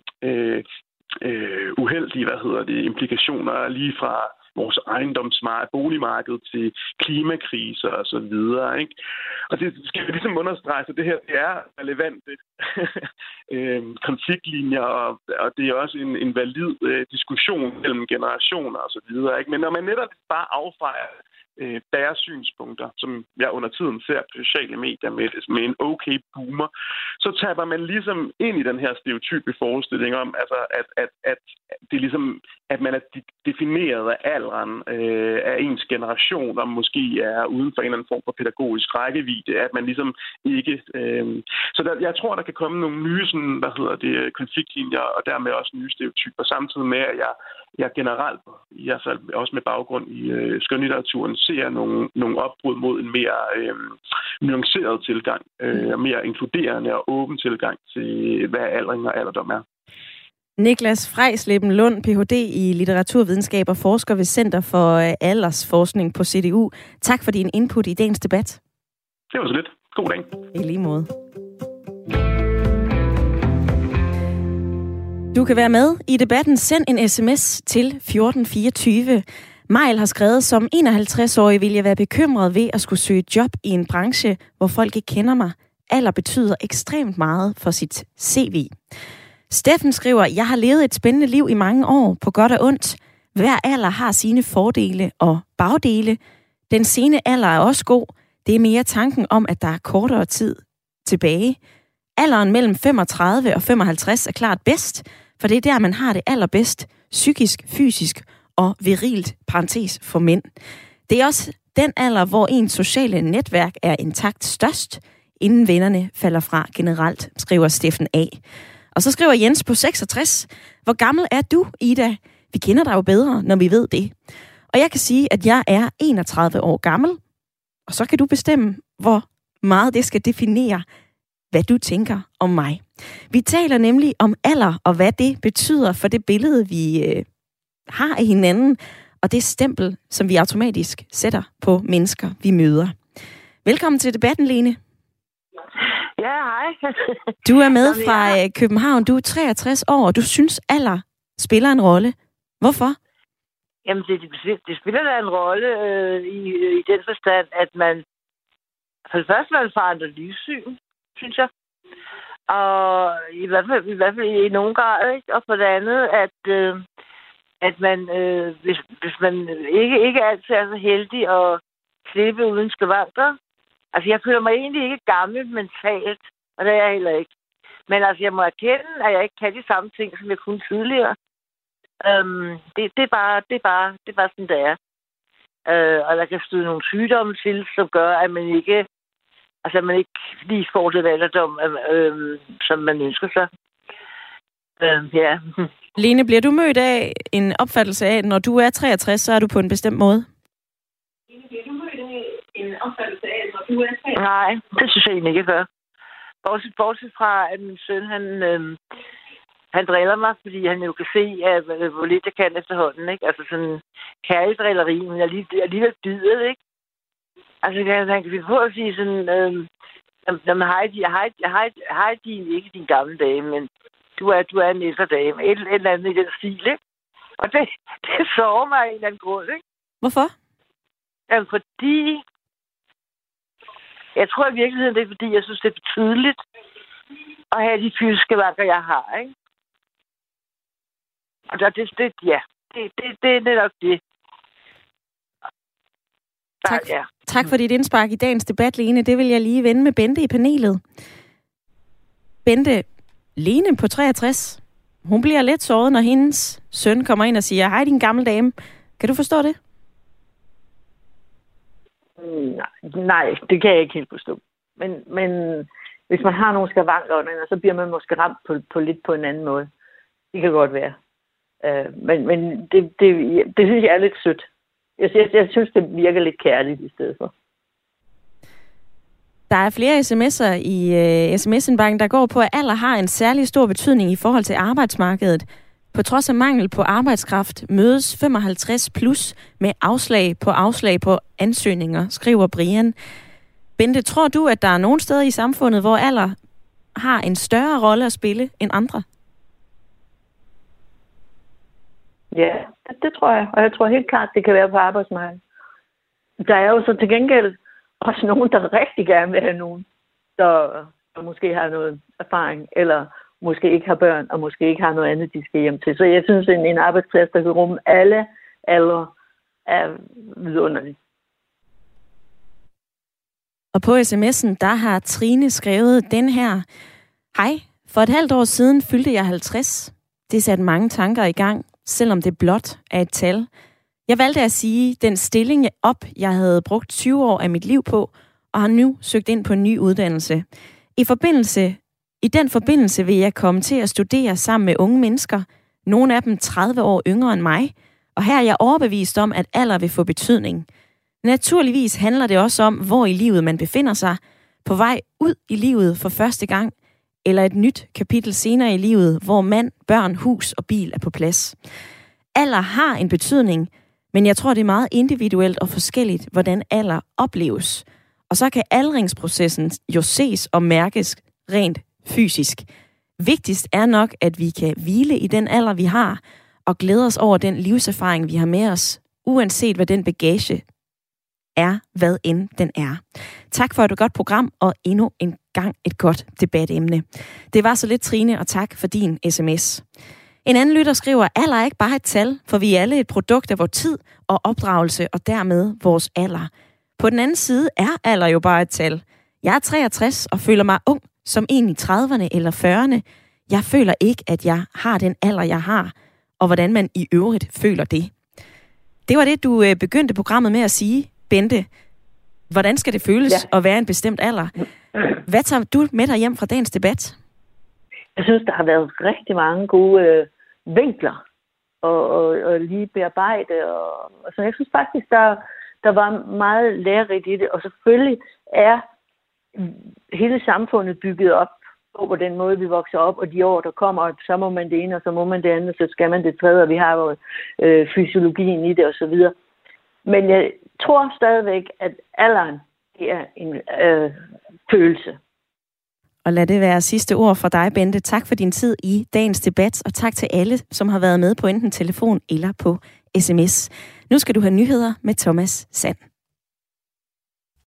uheldige, implikationer lige fra vores boligmarked til klimakriser og så videre, ikke? Og det skal vi ligesom understrege, så det her, det er relevante konfliktlinjer, og det er også en valid diskussion mellem generationer og så videre, ikke? Men når man netop bare affejer deres synspunkter, som jeg under tiden ser på sociale medier med en okay boomer, så taber man ligesom ind i den her stereotype forestilling om, altså, at det er ligesom, at man er defineret af alderen af ens generation, og måske er uden for en eller anden form for pædagogisk rækkevidde, at man ligesom ikke... Så jeg tror, der kan komme nogle nye konfliktlinjer, og dermed også nye stereotyper, samtidig med, at jeg generelt, i hvert fald også med baggrund i skønlitteraturen, ser nogle opbrud mod en mere nuanceret tilgang, mere inkluderende og åben tilgang til, hvad aldring og alderdom er. Niklas Frejsleppen Lund, Ph.D. i litteraturvidenskab og forsker ved Center for Aldersforskning på CDU. Tak for din input i dagens debat. Det var så lidt. God dag. I lige måde. Du kan være med i debatten. Send en sms til 1424. Majl har skrevet, som 51-årig vil jeg være bekymret ved at skulle søge job i en branche, hvor folk ikke kender mig. alder betyder ekstremt meget for sit CV. Steffen skriver, jeg har levet et spændende liv i mange år, på godt og ondt. Hver alder har sine fordele og bagdele. Den sene alder er også god. Det er mere tanken om, at der er kortere tid tilbage. Alderen mellem 35 og 55 er klart bedst, for det er der, man har det allerbedst, psykisk, fysisk og virilt, parentes for mænd. Det er også den alder, hvor ens sociale netværk er intakt størst, inden vennerne falder fra generelt, skriver Steffen A. Og så skriver Jens på 66, hvor gammel er du, Ida? Vi kender dig jo bedre, når vi ved det. Og jeg kan sige, at jeg er 31 år gammel, og så kan du bestemme, hvor meget det skal definere, hvad du tænker om mig. Vi taler nemlig om alder, og hvad det betyder for det billede, vi har af hinanden, og det stempel, som vi automatisk sætter på mennesker, vi møder. Velkommen til debatten, Lene. Ja, hej. Du er med fra København. Du er 63 år, og du synes, alder spiller en rolle. Hvorfor? Jamen, det spiller da en rolle i den forstand, at man for det første, man forandrer livssyn, synes jeg. Og i hvert fald i nogen grad, ikke? Og for det andet, at man, hvis man ikke altid er så heldig at slippe uden skavanker. Altså, jeg føler mig egentlig ikke gammel mentalt, og det er jeg heller ikke. Men altså, jeg må erkende, at jeg ikke kan de samme ting, som jeg kunne tidligere. Det er bare sådan, det er. Og der kan støde nogle sygdomme til, som gør, at man ikke lige får det alderdom, som man ønsker sig. Ja. Lene, bliver du mødt af en opfattelse af, at når du er 63, så er du på en bestemt måde? Nej, det synes jeg egentlig ikke, jeg gør. Bortset fra, at min søn, han driller mig, fordi han jo kan se, hvor lidt jeg kan efterhånden, ikke? Altså sådan kærlig drilleri, men alligevel bider, ikke? Altså, han kan finde på at sige sådan, hej, ikke din gamle dame, men du er en ældre dame. Et eller andet i den stil, ikke? Og det sover mig af en eller anden grund, ikke? Hvorfor? Jamen, fordi jeg tror i virkeligheden, det er fordi, jeg synes, det er betydeligt at have de fysiske vanker, jeg har, ikke? Og det er netop det. Tak for dit indspark i dagens debat, Lene. Det vil jeg lige vende med Bente i panelet. Bente, Lene på 63, hun bliver lidt såret, når hendes søn kommer ind og siger, hej din gamle dame. Kan du forstå det? Nej, det kan jeg ikke helt forstå. Men hvis man har nogle skavanker, så bliver man måske ramt på en anden måde. Det kan godt være. Men det synes jeg er lidt sødt. Jeg synes, det virker lidt kærligt i stedet for. Der er flere sms'er i sms-indbakken, der går på, at alder har en særlig stor betydning i forhold til arbejdsmarkedet. På trods af mangel på arbejdskraft mødes 55 plus med afslag på ansøgninger, skriver Brian. Bente, tror du, at der er nogle steder i samfundet, hvor alder har en større rolle at spille end andre? Ja, det tror jeg. Og jeg tror helt klart, det kan være på arbejdsmarkedet. Der er jo så til gengæld også nogen, der rigtig gerne vil have nogen, der måske har noget erfaring, eller måske ikke har børn, og måske ikke har noget andet, de skal hjem til. Så jeg synes, at en arbejdsplads, der kan rumme alle aldre, er vidunderlig. Og på sms'en, der har Trine skrevet den her. Hej, for et halvt år siden fyldte jeg 50. Det satte mange tanker i gang, selvom det blot er et tal. Jeg valgte at sige den stilling op, jeg havde brugt 20 år af mit liv på, og har nu søgt ind på en ny uddannelse. I den forbindelse vil jeg komme til at studere sammen med unge mennesker, nogle af dem 30 år yngre end mig, og her er jeg overbevist om, at alder vil få betydning. Naturligvis handler det også om, hvor i livet man befinder sig, på vej ud i livet for første gang, eller et nyt kapitel senere i livet, hvor mand, børn, hus og bil er på plads. Alder har en betydning, men jeg tror, det er meget individuelt og forskelligt, hvordan alder opleves. Og så kan aldringsprocessen jo ses og mærkes rent fysisk. Vigtigst er nok, at vi kan hvile i den alder, vi har, og glæde os over den livserfaring, vi har med os, uanset hvad den bagage er, hvad end den er. Tak for et godt program, og endnu en gang et godt debatemne. Det var så lidt, Trine, og tak for din sms. En anden lytter skriver, alder er ikke bare et tal, for vi er alle et produkt af vores tid og opdragelse, og dermed vores alder. På den anden side er alder jo bare et tal. Jeg er 63 og føler mig ung, som en i 30'erne eller 40'erne. Jeg føler ikke, at jeg har den alder, jeg har, og hvordan man i øvrigt føler det. Det var det, du begyndte programmet med at sige, Bente. Hvordan skal det føles at være en bestemt alder? Hvad tager du med dig hjem fra dagens debat? Jeg synes, der har været rigtig mange gode vinkler og lige bearbejde. Og så jeg synes faktisk, der var meget lærerigt i det. Og selvfølgelig er hele samfundet bygget op på den måde, vi vokser op, og de år, der kommer, og så må man det ene, og så må man det andet, og så skal man det tredje, og vi har jo fysiologien i det, og så videre. Men jeg tror stadigvæk, at alderen er en følelse. Og lad det være sidste ord fra dig, Bente. Tak for din tid i dagens debat, og tak til alle, som har været med på enten telefon eller på sms. Nu skal du have nyheder med Thomas Sand.